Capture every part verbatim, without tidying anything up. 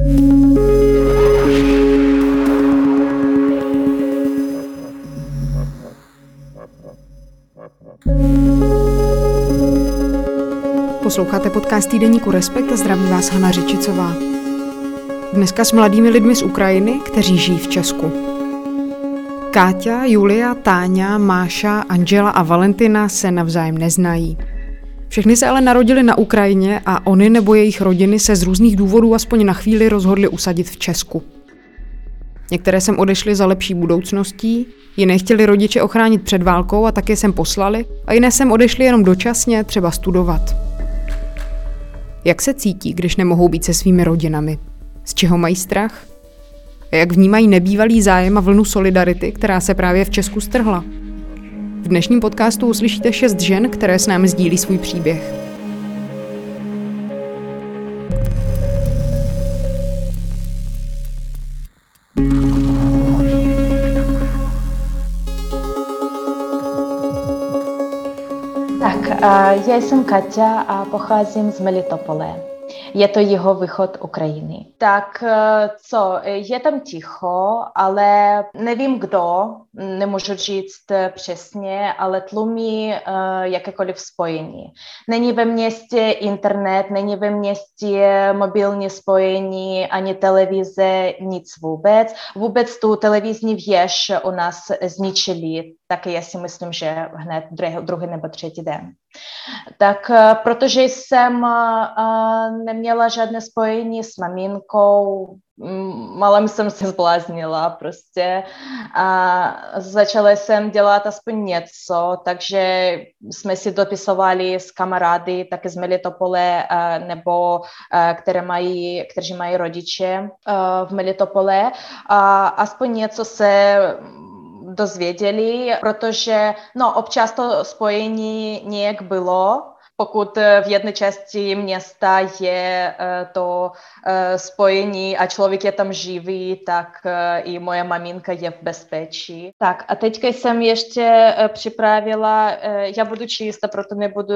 Posloucháte podcast týdeníku Respekt a zdraví vás Hana Řičicová. Dneska s mladými lidmi z Ukrajiny, kteří žijí v Česku. Káťa, Julia, Táňa, Máša, Angela a Valentina se navzájem neznají. Všechny se ale narodili na Ukrajině a oni nebo jejich rodiny se z různých důvodů aspoň na chvíli rozhodli usadit v Česku. Některé sem odešly za lepší budoucností, jiné chtěli rodiče ochránit před válkou a taky sem poslali a jiné sem odešly jenom dočasně, třeba studovat. Jak se cítí, když nemohou být se svými rodinami? Z čeho mají strach? A jak vnímají nebývalý zájem a vlnu solidarity, která se právě v Česku strhla? V dnešním podcastu uslyšíte šest žen, které s námi sdílí svůj příběh. Tak, já jsem Kaťa a pocházím z Melitopole. Je to jihovýchod Ukrajiny. Tak co, je tam ticho, ale nevím kdo, nemůžu říct přesně, ale tlumí jakékoliv spojení. Není ve městě internet, není ve městě mobilní spojení, ani televize, nic vůbec. Vůbec tu televizní věž u nás zničili, tak já si myslím, že hned druhý nebo třetí den. Tak protože jsem neměla žádné spojení s maminkou, malem jsem se zbláznila prostě a začala jsem dělat aspoň něco, takže jsme si dopisovali s kamarády taky z Melitopole nebo které mají, kteří mají rodiče v Melitopole a aspoň něco se dozvěděli, protože no, občas to spojení nějak bylo. Pokud v jedné části města je to spojení a člověk je tam živý, tak i moje maminka je v bezpečí. Tak a teďka jsem ještě připravila, já budu číst, a proto nebudu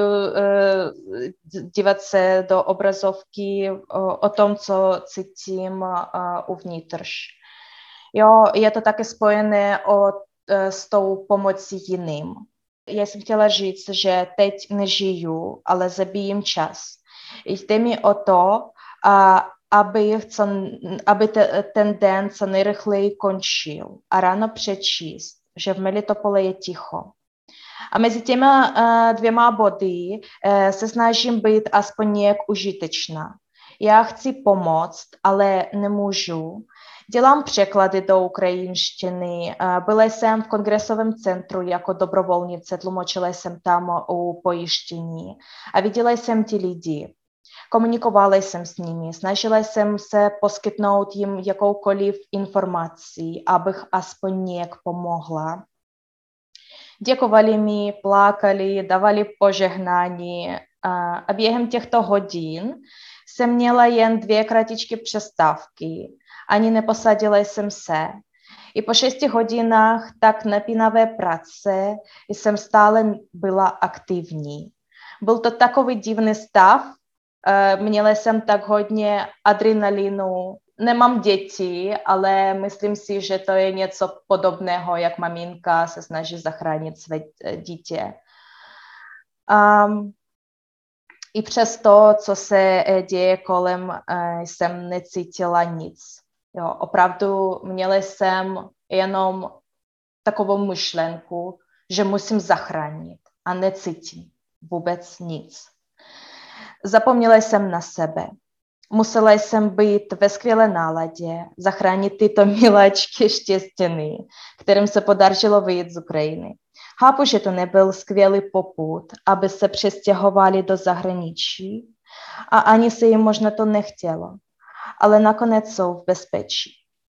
dívat se do obrazovky o tom, co cítím uvnitř. Jo, je to také spojené o, s tou pomocí jiným. Já jsem chtěla říct, že teď nežiju, ale zabijím čas. Jde mi o to, a, aby, co, aby te, ten den co nejrychleji končil a ráno přečíst, že v Melitopole je ticho. A mezi těma uh, dvěma body uh, se snažím být aspoň nějak užitečná. Já chci pomoct, ale nemůžu. Dělám překlady do ukrajinštiny. Byla jsem v kongresovém centru jako dobrovolnice, tlumočila jsem tam u pojištění a viděla jsem ty lidi. Komunikovala jsem s nimi, snažila jsem se poskytnout jim jakoukoliv informaci, abych aspoň nějak pomohla. Děkovali mi, plakali, dávali požehnání a během těchto hodin jsem měla jen dvě kratičké přestávky. Ani neposadila jsem se. I po šesti hodinách tak napínavé práce jsem stále byla aktivní. Byl to takový divný stav. Měla jsem tak hodně adrenalinu. Nemám děti, ale myslím si, že to je něco podobného, jak maminka se snaží zachránit své dítě. Um, I přes to, co se děje kolem, jsem necítila nic. Jo, opravdu měla jsem jenom takovou myšlenku, že musím zachránit a necítím vůbec nic. Zapomněla jsem na sebe. Musela jsem být ve skvělé náladě, zachránit tyto miláčky štěstěny, kterým se podařilo vyjít z Ukrajiny. Chápu, že to nebyl skvělý popud, aby se přestěhovali do zahraničí a ani se jim možná to nechtělo, ale nakonec jsou v bezpečí.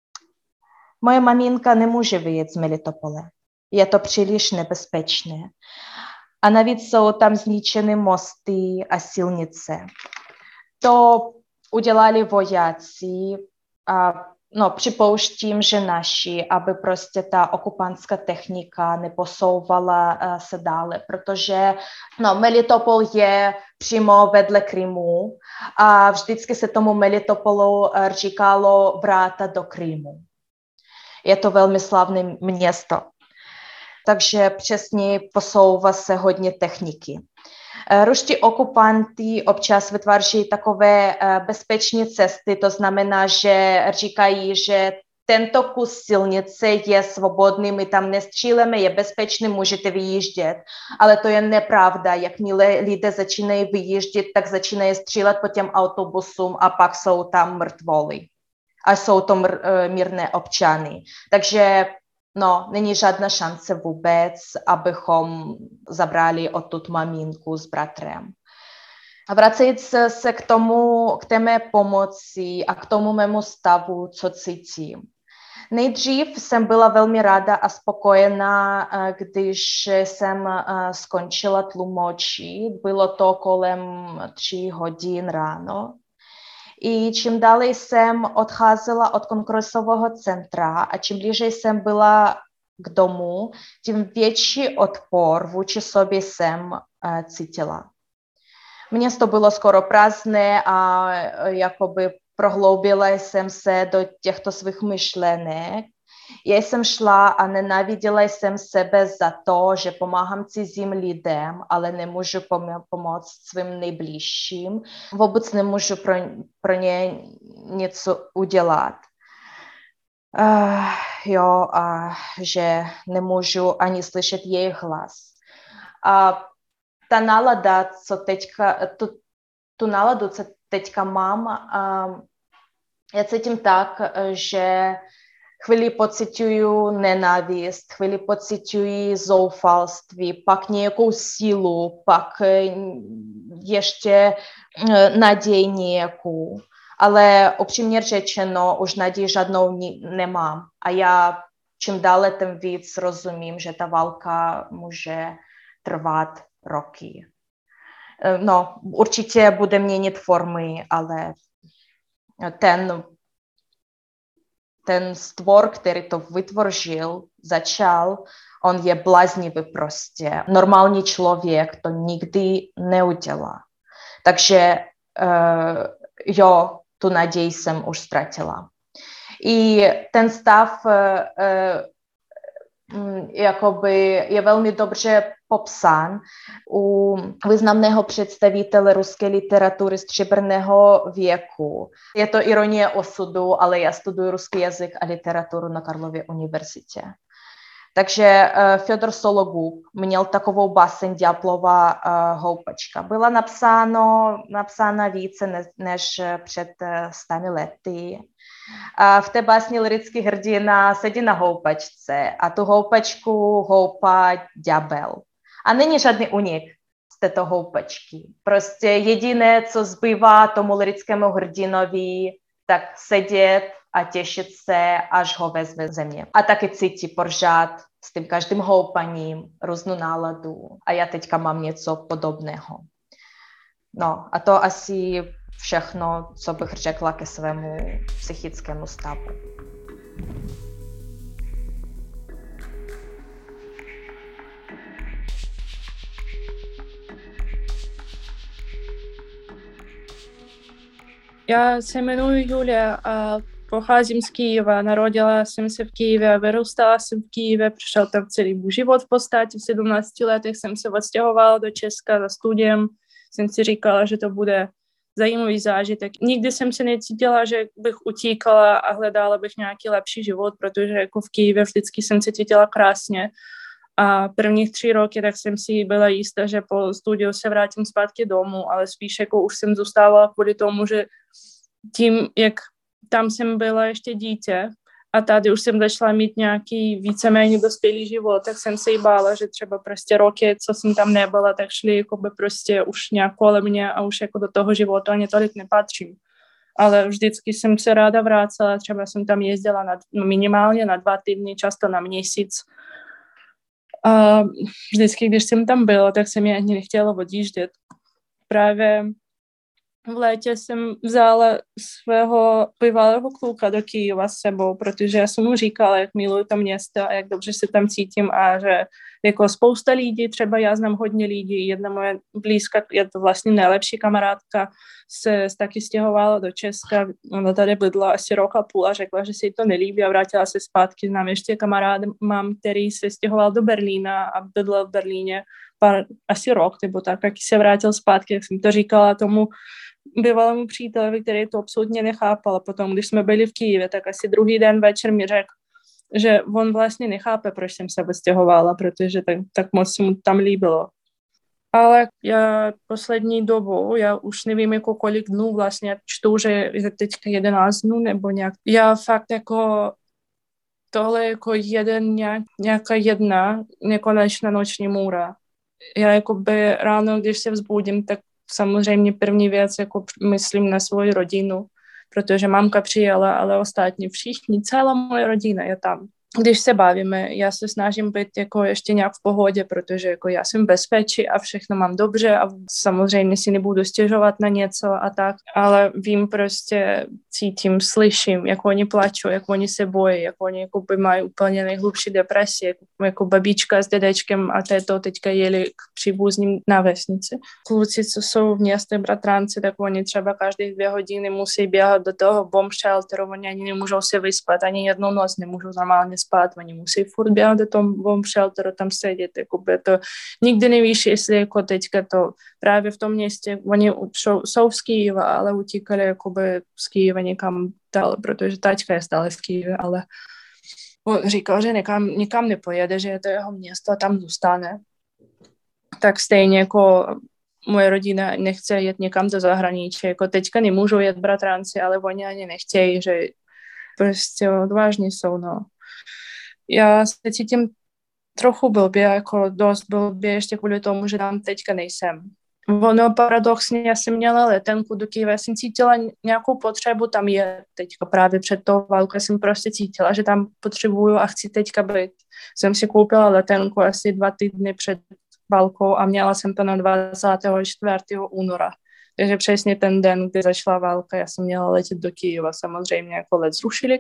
Moje maminka nemůže vyjet z Melitopole. Je to příliš nebezpečné. A navíc jsou tam zničeny mosty a silnice. To udělali vojáci a no, připouštím, že naši, aby prostě ta okupantská technika neposouvala uh, se dále, protože no, Melitopol je přímo vedle Krymu a vždycky se tomu Melitopolu uh, říkalo vráta do Krymu. Je to velmi slavné město. Takže přesně posouvá se hodně techniky. Ruští okupanti občas vytváří takové bezpečné cesty, to znamená, že říkají, že tento kus silnice je svobodný, my tam nestřílíme, je bezpečný, můžete vyjíždět. Ale to je nepravda. Jakmile lidé začínají vyjíždět, tak začínají střílet po těm autobusům a pak jsou tam mrtvoly. A jsou to mírné občany. Takže no, není žádná šance vůbec, abychom zabrali odtud maminku s bratrem. A vracejíc se k tomu, k té mé pomoci a k tomu mému stavu, co cítím. Nejdřív jsem byla velmi ráda a spokojená, když jsem skončila tlumočit. Bylo to kolem tří hodin ráno. I čím dále jsem odcházela od kongresového centra a čím blíže jsem byla k domu, tím větší odpor vůči sobě jsem uh, cítila. Město bylo skoro prázdné a uh, jakoby prohloubila jsem se do těchto svých myšlenek. Já jsem šla a nenáviděla jsem sebe za to, že pomáhám cizím lidem, ale nemůžu pom- pomoct svým nejbližším. Vůbec nemůžu pro, pro ně něco udělat. Uh, jo, a že nemůžu ani slyšet jejich hlas. A ta nálada, co teďka, tu, tu náladu, co teďka mám, uh, já cítím tak, že chvíli pociťuju nenávist, chvíli pociťuji zoufalství, pak nějakou sílu, pak ještě naději nějakou. Ale upřímně řečeno, už naději žádnou nemám. A já čím dále, tím víc rozumím, že ta válka může trvat roky. No, určitě bude měnit formy, ale ten Ten stvor, který to vytvořil, začal, on je bláznivý prostě. Normální člověk to nikdy neudělá. Takže uh, jo, tu naději jsem už ztratila. I ten stav uh, uh, jakoby je velmi dobře popsán u významného představitele ruské literatury stříbrného věku. Je to ironie osudu, ale já studuji ruský jazyk a literaturu na Karlově univerzitě. Takže uh, Fyodor Sologub měl takovou báseň Ďáblova uh, houpačka. Byla napsáno, napsána více ne, než před uh, stami lety. A v té básni lirický hrdina sedí na houpačce a tu houpačku houpá ďábel. A není žádný únik z této houpačky. Prostě jediné, co zbývá tomu lirickému hrdinovi, tak sedět a těšit se, až ho vezme země. A taky cítí pořád s tím každým houpaním různou náladu. A já teďka mám něco podobného. No a to asi všechno, co bych řekla ke svému psychickému stavu. Já se jmenuji Julia a pocházím z Kyjeva. Narodila jsem se v Kyjevě a vyrůstala jsem v Kyjevě. Přišel tam celý můj život v podstatě. V sedmnácti letech jsem se odstěhovala do Česka za studiem. Jsem si říkala, že to bude zajímavý zážitek. Nikdy jsem se necítila, že bych utíkala a hledala bych nějaký lepší život, protože jako v Kyjevě vždycky jsem se cítila krásně. A prvních tři roky tak jsem si byla jistá, že po studiu se vrátím zpátky domů, ale spíš jako už jsem zůstávala kvůli tomu, že tím, jak tam jsem byla ještě dítě a tady už jsem začala mít nějaký víceméně dospělý život, tak jsem se jí bála, že třeba prostě roky, co jsem tam nebyla, tak šly jako by prostě už nějak kolem mě a už jako do toho života ani tolik nepatřím. Ale vždycky jsem se ráda vracela, třeba jsem tam jezdila na, no minimálně na dva týdny, často na měsíc. A vždycky, když jsem tam byla, tak jsem je ani nechtěla odjíždět. Právě v létě jsem vzala svého bývalého kluka do Kyjeva s sebou, protože já jsem mu říkala, jak miluji to město a jak dobře se tam cítím a že jako spousta lidí, třeba já znám hodně lidí, jedna moje blízka, je to vlastně nejlepší kamarádka, se taky stěhovala do Česka, ona tady bydla asi rok a půl a řekla, že si jí to nelíbí a vrátila se zpátky. Znám ještě kamarád, mám, který se stěhoval do Berlína a bydlel v Berlíně pár, asi rok nebo tak, jak se vrátil zpátky, jak jsem to říkala tomu bývalému přítelovi, který to absolutně nechápal. A potom, když jsme byli v Kyjevě, tak asi druhý den večer mi řekl, že on vlastně nechápe, proč jsem se vystěhovala, protože tak, tak moc se mu tam líbilo. Ale já poslední dobu, já už nevím, jako kolik dnů vlastně čtu, že je teďka jedenáct dnů nebo nějak. Já fakt jako tohle jako jeden, nějak, nějaká jedna nekonečná noční můra. Já jakoby ráno, když se vzbudím, tak samozřejmě první věc, jako myslím na svou rodinu, protože mamka přijela, ale ostatní všichni, celá moje rodina je tam. Když se bavíme, já se snažím být jako ještě nějak v pohodě, protože jako já jsem v bezpečí a všechno mám dobře a samozřejmě si nebudu stěžovat na něco a tak, ale vím prostě, cítím, slyším, jak oni plačou, jak oni se bojí, jak oni jako by mají úplně nejhlubší depresi, jako, jako babička s dědečkem a této teďka jeli k příbuzným na vesnici. Kluci, co jsou v městě bratranci, tak oni třeba každé dvě hodiny musí běhat do toho bomb shelteru, oni ani nemůžou se vyspat, ani jednou noc nemůžou normálně spát, oni musí furt běhat do tom bomb shelteru, tam sedět, jakoby to nikdy nevíš, jestli jako teďka to právě v tom městě, oni jsou, jsou z Kyjeva, ale utíkali jakoby z Kyjeva někam dál, protože taťka je stále v Kyjevě, ale on říkal, že nikam, nikam nepojede, že je to jeho město a tam zůstane. Tak stejně jako moje rodina nechce jet někam do zahraničí, jako teďka nemůžou jet bratranci, ale oni ani nechtějí, že prostě odvážní jsou, no. Já se cítím trochu blbě, jako dost blbě, ještě kvůli tomu, že tam teďka nejsem. Ono paradoxně, já jsem měla letenku do Kyjeva, já jsem cítila nějakou potřebu tam je teďka právě před tou válkou, jsem prostě cítila, že tam potřebuju a chci teďka být. Jsem si koupila letenku asi dva týdny před válkou a měla jsem to na dvacátého čtvrtého února. Takže přesně ten den, kdy začala válka, já jsem měla letět do Kyjeva, samozřejmě jako let zrušili.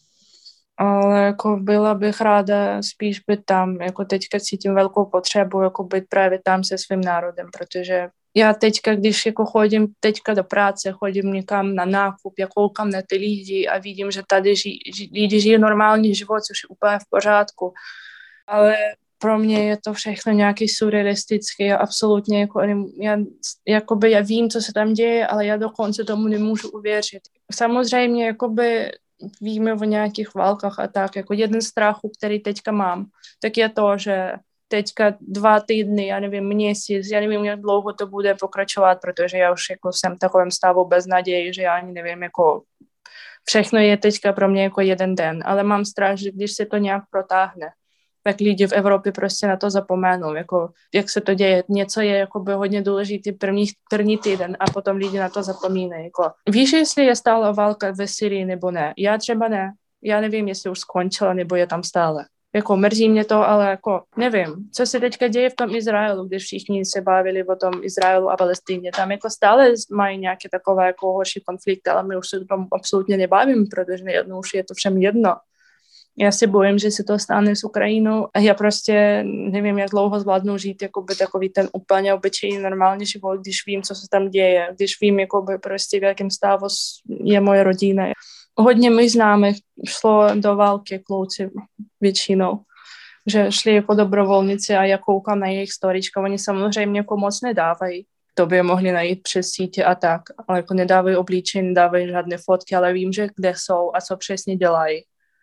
Ale jako byla bych ráda spíš být tam, jako teďka cítím velkou potřebu, jako být právě tam se svým národem, protože já teďka, když jako chodím teďka do práce, chodím někam na nákup, já koukám na ty lidi a vidím, že tady ži, ži, lidi žijí normální život, což je úplně v pořádku, ale pro mě je to všechno nějaký surrealistický, já absolutně, jako, já, jakoby já vím, co se tam děje, ale já dokonce tomu nemůžu uvěřit. Samozřejmě, jakoby víme o nějakých válkách a tak, jako jeden strachu, který teďka mám, tak je to, že teďka dva týdny, já nevím, měsíc, já nevím, jak dlouho to bude pokračovat, protože já už jako jsem v takovém stavu bez naději, že já ani nevím, jako všechno je teďka pro mě jako jeden den, ale mám strach, že když se to nějak protáhne, tak lidi v Evropě prostě na to zapomenou, jako jak se to děje. Něco je jakoby hodně důležitý první, první týden a potom lidi na to zapomínají. Jako. Víš, jestli je stále válka ve Syrii nebo ne? Já třeba ne. Já nevím, jestli už skončila nebo je tam stále. Jako mrzí mě to, ale jako nevím, co se teďka děje v tom Izraelu, když všichni se bavili o tom Izraelu a Palestině. Tam jako stále mají nějaké takové jako horší konflikty, ale my už se tam absolutně nebavíme, protože jednou už je to všem jedno. Já se bojím, že se to stane s Ukrajinou a já prostě nevím, jak dlouho zvládnu žít jakoby takový ten úplně obyčejný normální život, když vím, co se tam děje, když vím, jakoby prostě v jakém stavu je moje rodina. Hodně mých známých šlo do války kluci většinou, že šli jako dobrovolníci a já koukám na jejich storička, oni samozřejmě jako moc nedávají. To by je mohli najít přes sítě a tak, ale jako nedávají obličej, nedávají žádné fotky, ale vím, že kde jsou a co přesně dělají.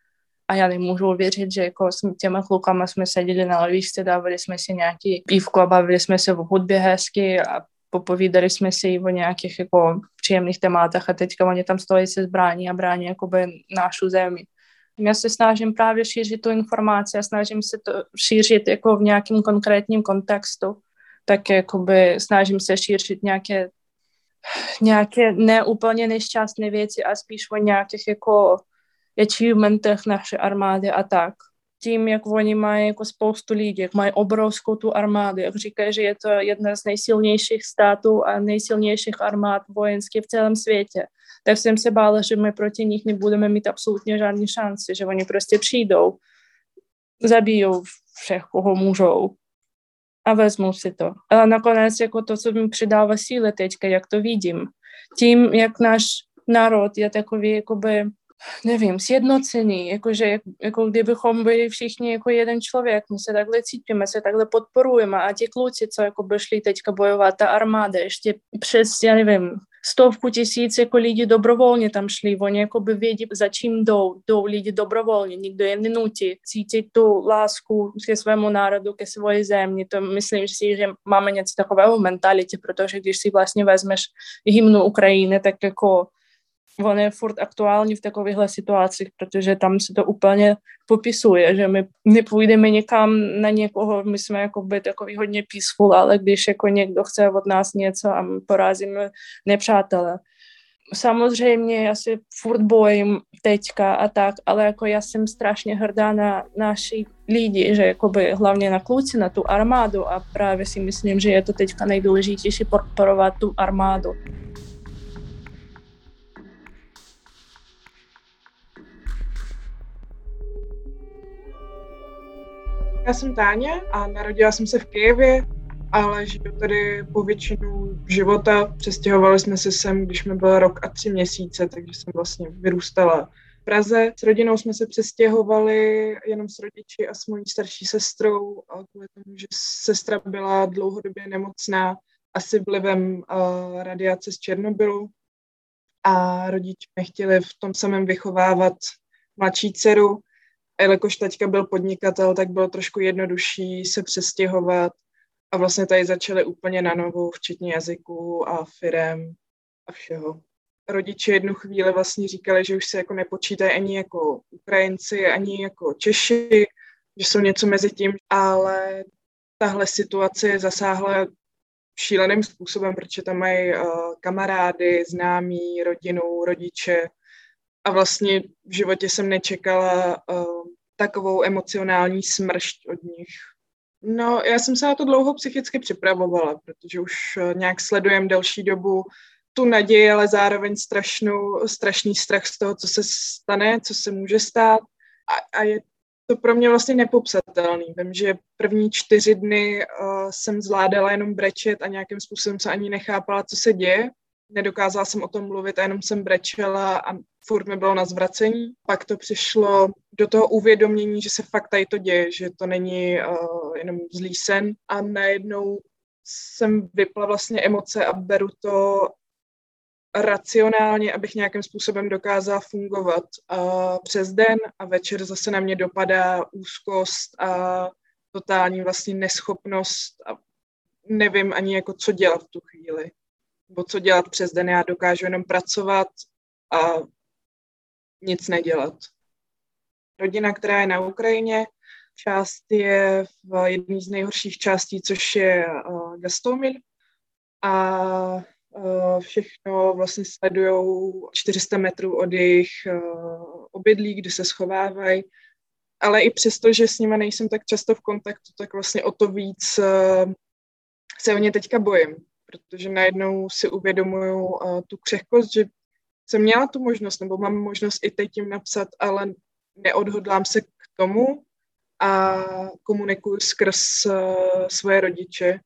A já nemůžu uvěřit, že jako s těma klukama jsme seděli na lavičce, dávali jsme si nějaký pívko a bavili jsme se o hudbě hezky a popovídali jsme si o nějakých jako příjemných tématech a teďka oni tam stojí se zbrání a brání jakoby našu zemi. Já se snažím právě šířit tu informaci a snažím se to šířit jako v nějakém konkrétním kontextu, tak jakoby snažím se šířit nějaké, nějaké neúplně nešťastné věci a spíš o nějakých jako achievementech naší armády a tak. tím, jak oni mají jako spoustu lidí, jak mají obrovskou tu armádu, jak říkají, že je to jedna z nejsilnějších států a nejsilnějších armád vojenských v celém světě, tak jsem se bála, že my proti nich nebudeme mít absolutně žádné šance, že oni prostě přijdou, zabijou všech, koho můžou a vezmou si to. Ale nakonec jako to, co mi přidává síly teďka, jak to vidím, tím, jak náš národ je takový, jakoby, nevím, sjednocený, jakože jak, jako kdybychom byli všichni jako jeden člověk, my se takhle cítíme, se takhle podporujeme a ti kluci, co jako by šli teďka bojovat, ta armáda, ještě přes, já nevím, stovku tisíc jako lidi dobrovolně tam šli, oni jako by vědí, za čím jdou, jdou lidi dobrovolně, nikdo je nenutí cítit tu lásku ke svému národu, ke své zemi, to myslím si, že máme něco takového v mentalitě, protože když si vlastně vezmeš hymnu Ukrajiny, tak jako on je furt aktuální v takovýchhle situacích, protože tam se to úplně popisuje, že my nepůjdeme někam na někoho, my jsme jako by takový hodně peaceful, ale když jako někdo chce od nás něco a my porazíme nepřátele. Samozřejmě já se furt bojím teďka a tak, ale jako já jsem strašně hrdá na naši lidi, že jakoby hlavně na kluci, na tu armádu a právě si myslím, že je to teďka nejdůležitější podporovat tu armádu. Já jsem Táňa a narodila jsem se v Kyjevě, ale žiju tady po většinu života. Přestěhovali jsme se sem, když mi byl rok a tři měsíce, takže jsem vlastně vyrůstala v Praze. S rodinou jsme se přestěhovali jenom s rodiči a s mojí starší sestrou, ale kvůli tomu, že sestra byla dlouhodobě nemocná, asi vlivem uh, radiace z Černobylu a rodiče nechtěli v tom samém vychovávat mladší dceru. A jelikož taťka byl podnikatel, tak bylo trošku jednodušší se přestěhovat a vlastně tady začali úplně na novo, včetně jazyku a firem a všeho. Rodiče jednu chvíli vlastně říkali, že už se jako nepočítají ani jako Ukrajinci, ani jako Češi, že jsou něco mezi tím, ale tahle situace zasáhla šíleným způsobem, protože tam mají uh, kamarády, známí, rodinu, rodiče. A vlastně v životě jsem nečekala uh, takovou emocionální smršť od nich. No, já jsem se na to dlouho psychicky připravovala, protože už uh, nějak sledujem delší dobu tu naději, ale zároveň strašnou, strašný strach z toho, co se stane, co se může stát. A, a je to pro mě vlastně nepopsatelný. Vím, že první čtyři dny uh, jsem zvládala jenom brečet a nějakým způsobem se ani nechápala, co se děje. Nedokázala jsem o tom mluvit a jenom jsem brečela a furt mi bylo na zvracení. Pak to přišlo do toho uvědomění, že se fakt tady to děje, že to není uh, jenom zlý sen. A najednou jsem vypla vlastně emoce a beru to racionálně, abych nějakým způsobem dokázala fungovat uh, přes den a večer zase na mě dopadá úzkost a totální vlastně neschopnost a nevím ani jako co dělat v tu chvíli. Nebo co dělat přes den, já dokážu jenom pracovat a nic nedělat. Rodina, která je na Ukrajině, část je v jedné z nejhorších částí, což je uh, Gostomel a uh, všechno vlastně sledujou čtyři sta metrů od jejich uh, obydlí, kde se schovávají. Ale i přesto, že s nimi nejsem tak často v kontaktu, tak vlastně o to víc uh, se o ně teďka bojím. Protože najednou si uvědomuju uh, tu křehkost, že jsem měla tu možnost, nebo mám možnost i teď jim napsat, ale neodhodlám se k tomu a komunikuju skrz uh, svoje rodiče.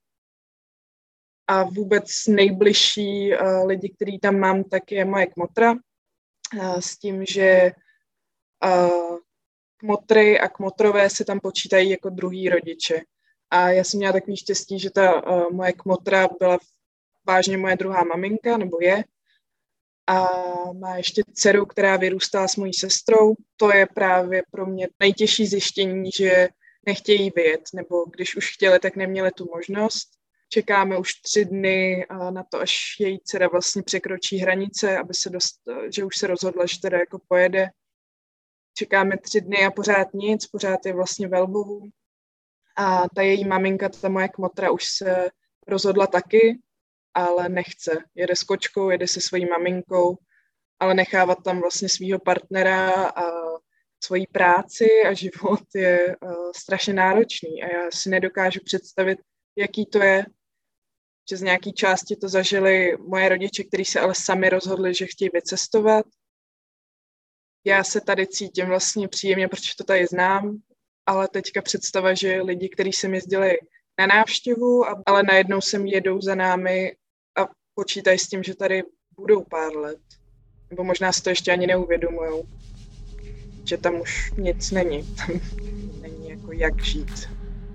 A vůbec nejbližší uh, lidi, který tam mám, tak je moje kmotra, uh, s tím, že uh, kmotry a kmotrové se tam počítají jako druhý rodiče. A já jsem měla takový štěstí, že ta uh, moje kmotra byla vážně moje druhá maminka, nebo je. A má ještě dceru, která vyrůstá s mojí sestrou. To je právě pro mě nejtěžší zjištění, že nechtějí vyjet, nebo když už chtěli, tak neměli tu možnost. Čekáme už tři dny uh, na to, až její dcera vlastně překročí hranice, aby se dost, že už se rozhodla, že teda jako pojede. Čekáme tři dny a pořád nic, pořád je vlastně ve Lvovu. A ta její maminka, ta moje kmotra, už se rozhodla taky, ale nechce. Jede s kočkou, jede se svojí maminkou, ale nechávat tam vlastně svýho partnera a svoji práci a život je uh, strašně náročný a já si nedokážu představit, jaký to je, že z nějaké části to zažili moje rodiče, kteří se ale sami rozhodli, že chtějí vycestovat. Já se tady cítím vlastně příjemně, protože to tady znám, ale teďka představa, že lidi, kteří sem jezdili na návštěvu, ale najednou sem jedou za námi a počítají s tím, že tady budou pár let. Nebo možná si to ještě ani neuvědomujou, že tam už nic není. Tam není jako jak žít.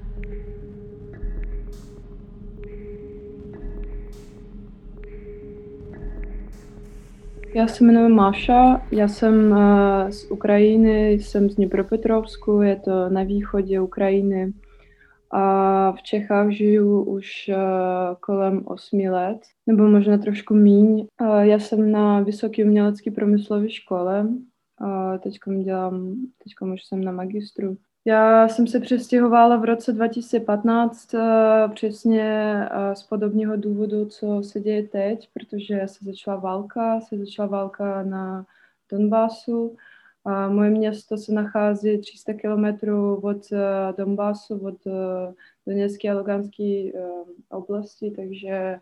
Já se jmenuji Máša, já jsem uh, z Ukrajiny, jsem z Dnipropetrovsku, je to na východě Ukrajiny. A v Čechách žiju už uh, kolem osmi let, nebo možná trošku míň. Uh, já jsem na Vysoké umělecké průmyslové škole, uh, teďkom dělám, teďkom už jsem na magistru. Já jsem se přestěhovala v roce dva tisíce patnáct uh, přesně uh, z podobného důvodu, co se děje teď, protože se začala válka, se začala válka na Donbasu. A moje město se nachází tři sta kilometrů od uh, Donbasu, od uh, Doněcké a Luganské uh, oblasti, takže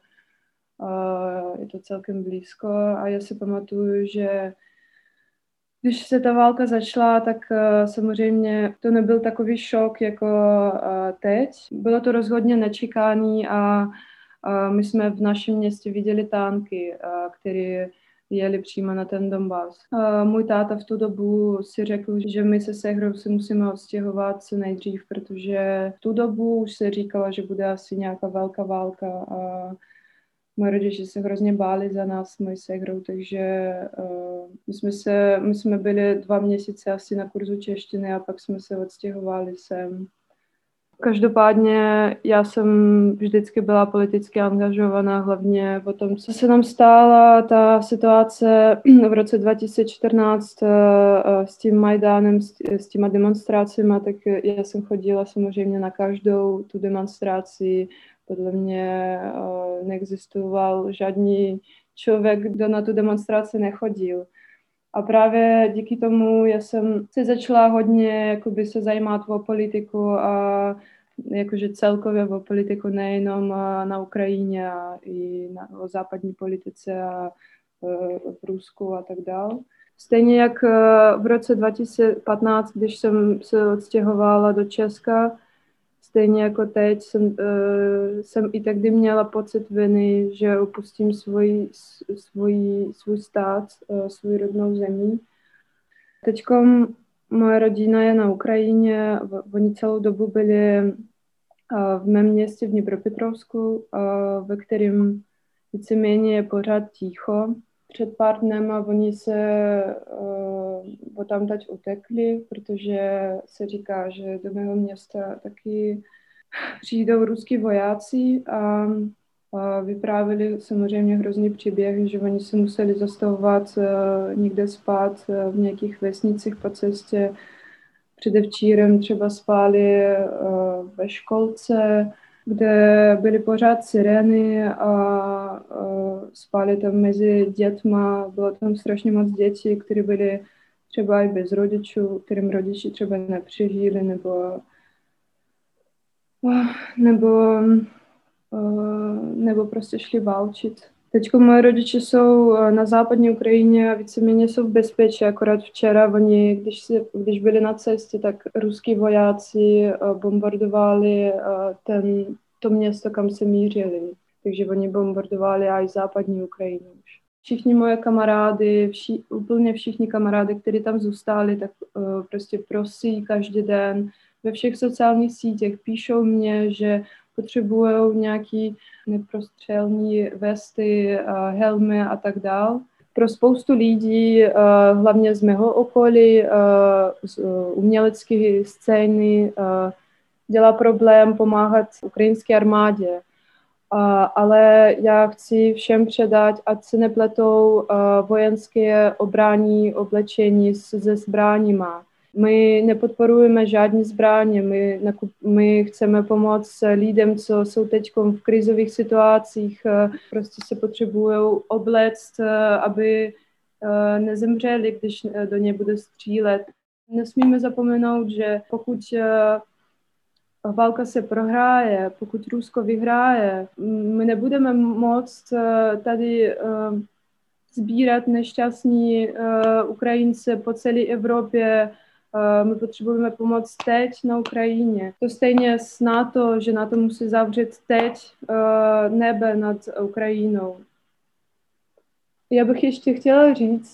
uh, je to celkem blízko. A já si pamatuju, že když se ta válka začala, tak uh, samozřejmě to nebyl takový šok jako uh, teď. Bylo to rozhodně nečekaný a uh, my jsme v našem městě viděli tanky, uh, které jeli přímo na ten Donbas. Uh, můj táta v tu dobu si řekl, že my se ségrou se musíme odstěhovat co nejdřív, protože v tu dobu už se říkalo, že bude asi nějaká velká válka a moje rodiče se hrozně báli za nás s mojí ségrou, takže uh, my, jsme se, my jsme byli dva měsíce asi na kurzu češtiny a pak jsme se odstěhovali sem. Každopádně já jsem vždycky byla politicky angažovaná, hlavně o tom, co se nám stala ta situace v roce dva tisíce čtrnáct s tím Majdánem, s těma demonstracemi, tak já jsem chodila samozřejmě na každou tu demonstraci. Podle mě neexistoval žádný člověk, kdo na tu demonstraci nechodil. A právě díky tomu já jsem se začala hodně jakoby, se zajímat o politiku a jakože celkově o politiku nejenom na Ukrajině a i na, o západní politice a v Rusku a tak dále. Stejně jak v roce dva tisíce patnáct, když jsem se odstěhovala do Česka, stejně jako teď jsem, jsem i tehdy měla pocit viny, že opustím svůj, svůj, svůj stát, svou rodnou zemi. Teďkom moje rodina je na Ukrajině, oni celou dobu byli v mém městě v Dnipropetrovsku, ve kterém víceméně je pořád ticho. Před pár dnema oni se uh, odtamtať utekli, protože se říká, že do mého města taky přijdou ruský vojáci a, a vyprávěli samozřejmě hrozný příběh, že oni se museli zastavovat uh, někde spát uh, v nějakých vesnicích po cestě. Předevčírem třeba spali uh, ve školce, kde byly pořád sirény a uh, spali tam mezi dětma. Bylo tam strašně moc dětí, které byly třeba i bez rodičů, kterým rodiči třeba nepřežili nebo, uh, nebo, uh, nebo prostě šli válčit. Teďko moje rodiče jsou na západní Ukrajině a víceméně jsou v bezpečí. Akorát včera oni, když, si, když byli na cestě, tak ruský vojáci bombardovali ten, to město, kam se mířili. Takže oni bombardovali i západní Ukrajinu už. Všichni moje kamarády, vši, úplně všichni kamarády, kteří tam zůstali, tak uh, prostě prosí každý den ve všech sociálních sítích, píšou mě, že potřebují nějaký neprostřelní vesty, helmy a tak dál. Pro spoustu lidí, hlavně z mého okolí, z umělecké scény, dělá problém pomáhat ukrajinské armádě. Ale já chci všem předat, ať se nepletou vojenské obránní oblečení se zbraněma. My nepodporujeme žádné zbraně, my, nakup, my chceme pomoct lidem, co jsou teď v krizových situacích, prostě se potřebují obléct, aby nezemřeli, když do ně bude střílet. Nesmíme zapomenout, že pokud válka se prohraje, pokud Rusko vyhraje, my nebudeme moct tady sbírat nešťastní Ukrajince po celé Evropě. My potřebujeme pomoc teď na Ukrajině. To stejně s NATO, že NATO musí zavřít teď nebe nad Ukrajinou. Já bych ještě chtěla říct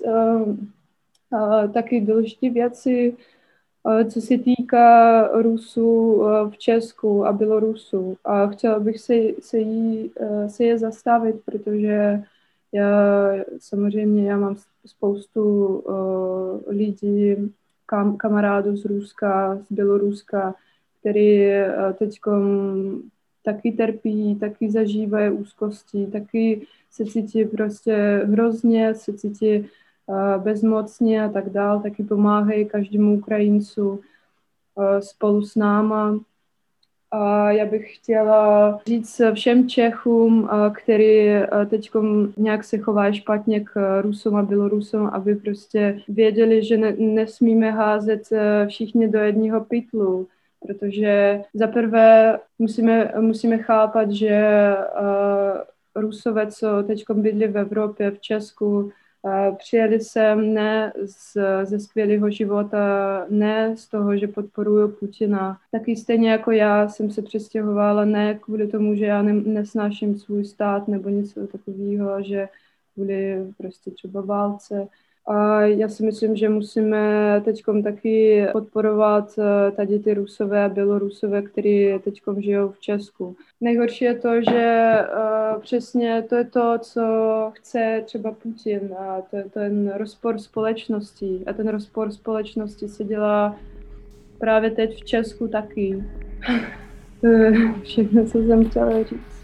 taky důležité věci, co se týká Rusů v Česku a Bělorusů. A chtěla bych se, se, jí, se je zastavit, protože já samozřejmě já mám spoustu uh, lidí, kam, kamarádů z Ruska, z Běloruska, který uh, teď taky trpí, taky zažívají úzkosti, taky se cítí prostě hrozně, se cítí uh, bezmocně a tak dál, taky pomáhají každému Ukrajincu uh, spolu s náma. A já bych chtěla říct všem Čechům, kteří teď nějak se chovají špatně k Rusům a Bělorusům, aby prostě věděli, že ne, nesmíme házet všichni do jednoho pytlu, protože zaprvé musíme, musíme chápat, že Rusové, co teď bydlí v Evropě, v Česku, přijeli sem ne z, ze skvělého života, ne z toho, že podporuju Putina. Taky stejně jako já jsem se přestěhovala ne kvůli tomu, že já ne, nesnáším svůj stát nebo něco takového, že kvůli prostě třeba válce. A já si myslím, že musíme teďkom taky podporovat tady ty Rusové a Bělorusové, kteří teďkom žijou v Česku. Nejhorší je to, že uh, přesně to je to, co chce třeba Putin. A to je ten rozpor společnosti. A ten rozpor společnosti se dělá právě teď v Česku taky. To je všechno, co jsem chtěla říct.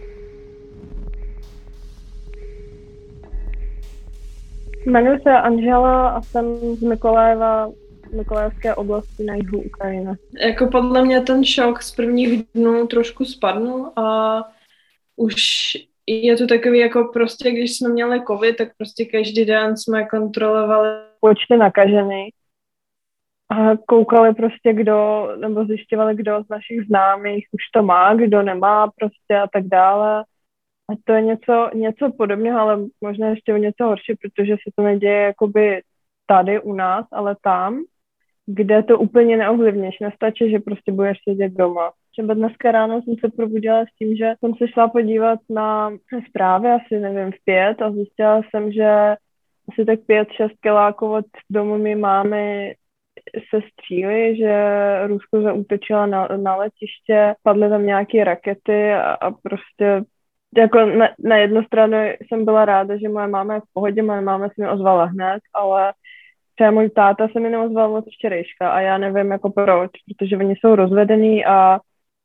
Jmenuji se Anžela a jsem z Mykolajeva, Mykolajevské oblasti na jihu Ukrajiny. Jako podle mě ten šok z prvních dnů trošku spadnul a už je to takový jako prostě, když jsme měli covid, tak prostě každý den jsme kontrolovali počty nakažených a koukali prostě kdo, nebo zjišťovali, kdo z našich známých už to má, kdo nemá prostě a tak dále. A to je něco, něco podobného, ale možná ještě o něco horší, protože se to neděje jakoby tady u nás, ale tam, kde to úplně neovlivníš. Nestačí, že prostě budeš sedět doma. Třeba dneska ráno jsem se probudila s tím, že jsem se šla podívat na zprávy, asi nevím, v pět a zjistila jsem, že asi tak pět, šest kiláků od domu mý mámy se střílí, že Rusko zaútočila na, na letiště, padly tam nějaké rakety a, a prostě jako na, na jednu stranu jsem byla ráda, že moje máma je v pohodě, moje máma se mi ozvala hned, ale třeba můj táta se mi neozval od včerejška a já nevím jako proč, protože oni jsou rozvedení a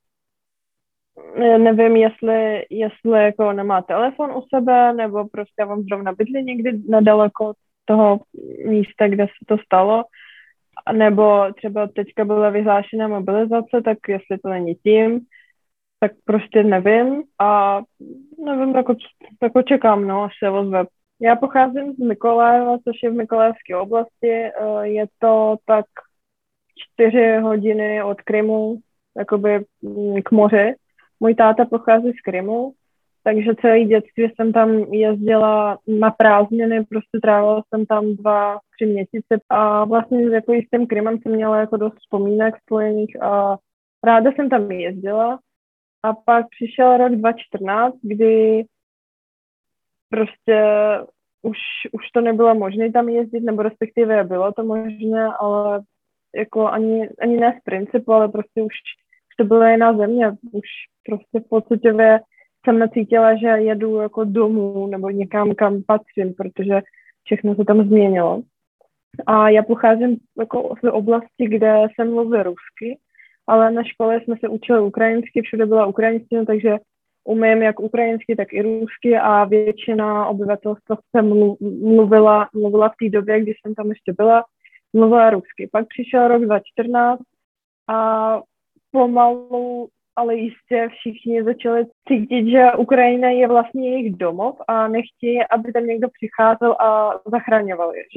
nevím, jestli, jestli jako nemá telefon u sebe, nebo prostě on zrovna bydlí někdy nedaleko toho místa, kde se to stalo, nebo třeba teďka byla vyhlášená mobilizace, tak jestli to není tím, tak prostě nevím a nevím, jako, jako čekám, no, až se ozve. Já pocházím z Mykolajeva, což je v Mykolajevské oblasti, je to tak čtyři hodiny od Krymu, jakoby k moři. Můj táta pochází z Krymu, takže celé dětství jsem tam jezdila na prázdniny, prostě trávila jsem tam dva, tři měsíce a vlastně jako s tím Krymem jsem měla jako dost vzpomínek spojených a ráda jsem tam jezdila. A pak přišel rok dva tisíce čtrnáct, kdy prostě už, už to nebylo možné tam jezdit, nebo respektive bylo to možné, ale jako ani, ani ne z principu, ale prostě už, už to byla jiná země. Už prostě v podstatě jsem necítila, že jedu jako domů nebo někam, kam patřím, protože všechno se tam změnilo. A já pocházím jako z oblasti, kde se mluví rusky, ale na škole jsme se učili ukrajinsky, všude byla ukrajinština, takže umím jak ukrajinsky, tak i rusky a většina obyvatelstva se mluvila, mluvila v té době, když jsem tam ještě byla, mluvila rusky. Pak přišel rok dva tisíce čtrnáct a pomalu, ale jistě všichni začali cítit, že Ukrajina je vlastně jejich domov a nechtějí, aby tam někdo přicházel a zachraňoval je. Že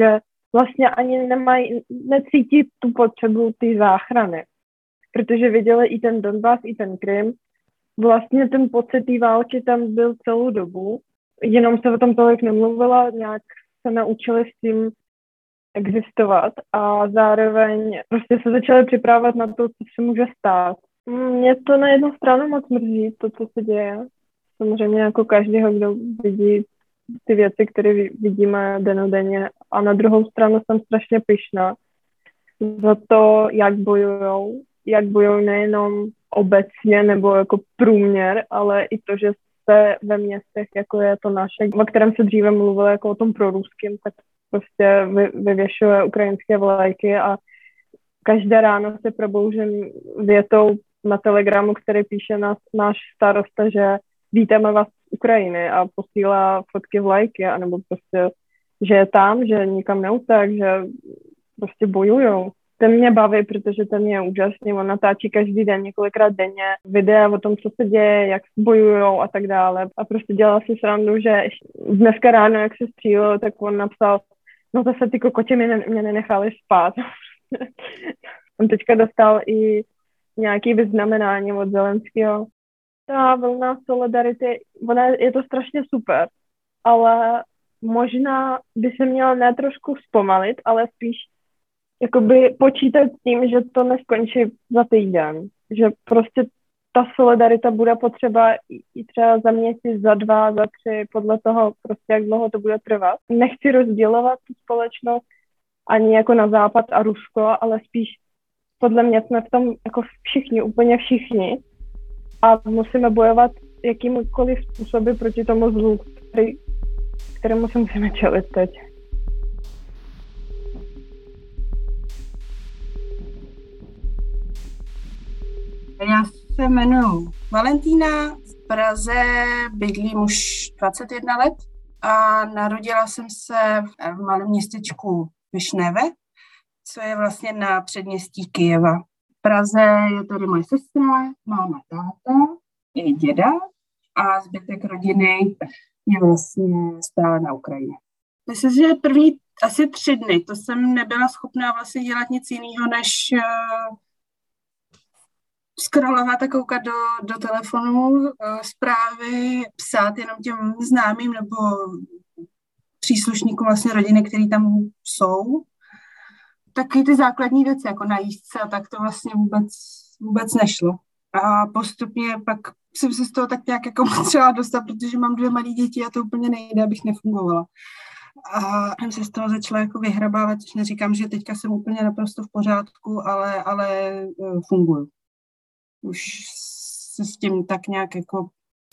vlastně ani nemají, necítí tu potřebu té záchrany, protože viděli i ten Donbas, i ten Krym. Vlastně ten pocit té války tam byl celou dobu, jenom se o tom tolik nemluvila, nějak se naučili s tím existovat a zároveň prostě se začali připravovat na to, co se může stát. Mě to na jednu stranu moc mrzí, to, co se děje. Samozřejmě jako každého, kdo vidí ty věci, které vidíme denodenně. A na druhou stranu jsem strašně pyšná za to, jak bojujou. Jak bojují nejenom obecně nebo jako průměr, ale i to, že se ve městech, jako je to naše, o kterém se dříve mluvilo jako o tom proruském, tak prostě vy, vyvěšuje ukrajinské vlajky a každé ráno se probouřím větou na Telegramu, který píše nás, náš starosta, že vítáme vás z Ukrajiny a posílá fotky vlajky, anebo prostě, že je tam, že nikam neutek, že prostě bojujou. Ten mě baví, protože ten je úžasný, on natáčí každý den, několikrát denně videa o tom, co se děje, jak bojujou a tak dále. A prostě dělal si srandu, že dneska ráno, jak se střílelo, tak on napsal, no to se ty kokoti mě, ne- mě nenechali spát. On teďka dostal i nějaké vyznamenání od Zelenského. Ta vlna solidarity, ona je to strašně super, ale možná by se měla ne trošku zpomalit, ale spíš jakoby počítat s tím, že to neskončí za týden. Že prostě ta solidarita bude potřeba i třeba za měsíc, za dva, za tři, podle toho prostě, jak dlouho to bude trvat. Nechci rozdělovat tu společnost ani jako na Západ a Rusko, ale spíš podle mě jsme v tom jako všichni, úplně všichni a musíme bojovat jakýmkoliv způsoby proti tomu zlu, který, kterému se musíme čelit teď. Já se jmenuji Valentína, v Praze bydlím už dvacet jedna let a narodila jsem se v malém městečku Višneve, co je vlastně na předměstí Kyjeva. V Praze je tady moje sestra, máma, táta, i děda a zbytek rodiny je vlastně stále na Ukrajině. Myslím si, že první asi tři dny, to jsem nebyla schopná vlastně dělat nic jiného, než uh, scrollovat a koukat do, do telefonu, uh, zprávy, psát jenom těm známým nebo příslušníkům vlastně rodiny, který tam jsou. Taky ty základní věci, jako najíst se, tak to vlastně vůbec, vůbec nešlo. A postupně pak jsem se z toho tak nějak jako potřeba dostat, protože mám dvě malé děti a to úplně nejde, abych nefungovala. A jsem se z toho začala jako vyhrabávat, což neříkám, že teďka jsem úplně naprosto v pořádku, ale, ale funguju. Už se s tím tak nějak jako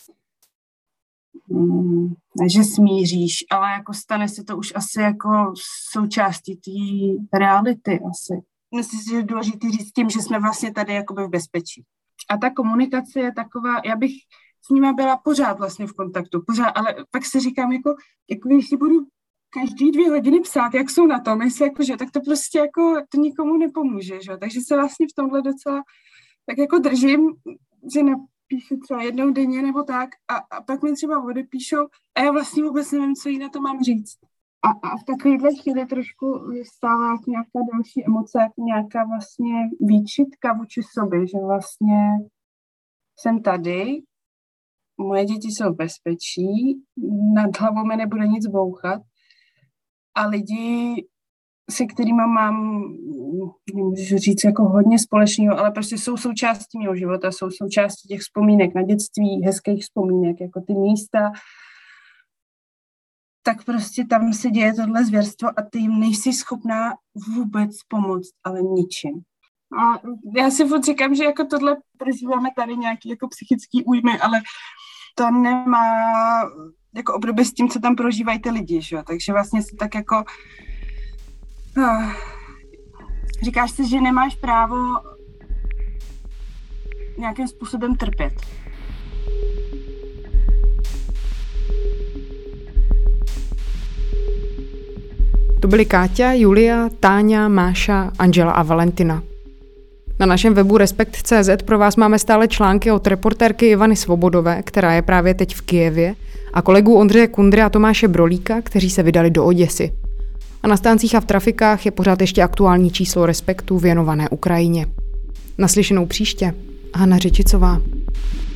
ne, že smíříš, ale jako stane se to už asi jako součástí té reality asi. Myslím si, že je důležité říct tím, že jsme vlastně tady jakoby v bezpečí. A ta komunikace je taková, já bych s nima byla pořád vlastně v kontaktu, pořád, ale pak si říkám, jako, jako když si budu každý dvě hodiny psát, jak jsou na tom, jestli jako, že, tak to prostě jako, to nikomu nepomůže, že? Takže se vlastně v tomhle docela tak jako držím, že napíšu třeba jednou denně nebo tak a, a pak mi třeba odepíšou a já vlastně vůbec nevím, co jí na to mám říct. A, a v takovéhle chvíli trošku vystává nějaká další emoce, nějaká vlastně výčitka vůči sobě, že vlastně jsem tady, moje děti jsou v bezpečí, nad hlavou mi nebude nic bouchat a lidi, se kterými mám, nemůžu říct, jako hodně společného, ale prostě jsou součástí mého života, jsou součástí těch vzpomínek na dětství, hezkých vzpomínek, jako ty místa, tak prostě tam se děje tohle zvěrstvo a ty jim nejsi schopná vůbec pomoct, ale ničím. A já si furt říkám, že jako tohle prožíváme tady nějaký jako psychický újmy, ale to nemá jako období s tím, co tam prožívají ty lidi, že? Takže vlastně se tak jako uh, říkáš si, že nemáš právo nějakým způsobem trpět. To byly Káťa, Julia, Táňa, Máša, Angela a Valentina. Na našem webu respekt tečka cé zet pro vás máme stále články od reportérky Ivany Svobodové, která je právě teď v Kyjevě, a kolegů Ondřeje Kundry a Tomáše Brolíka, kteří se vydali do Oděsy. A na stáncích a v trafikách je pořád ještě aktuální číslo Respektu věnované Ukrajině. Naslyšenou příště. Hana Řičicová.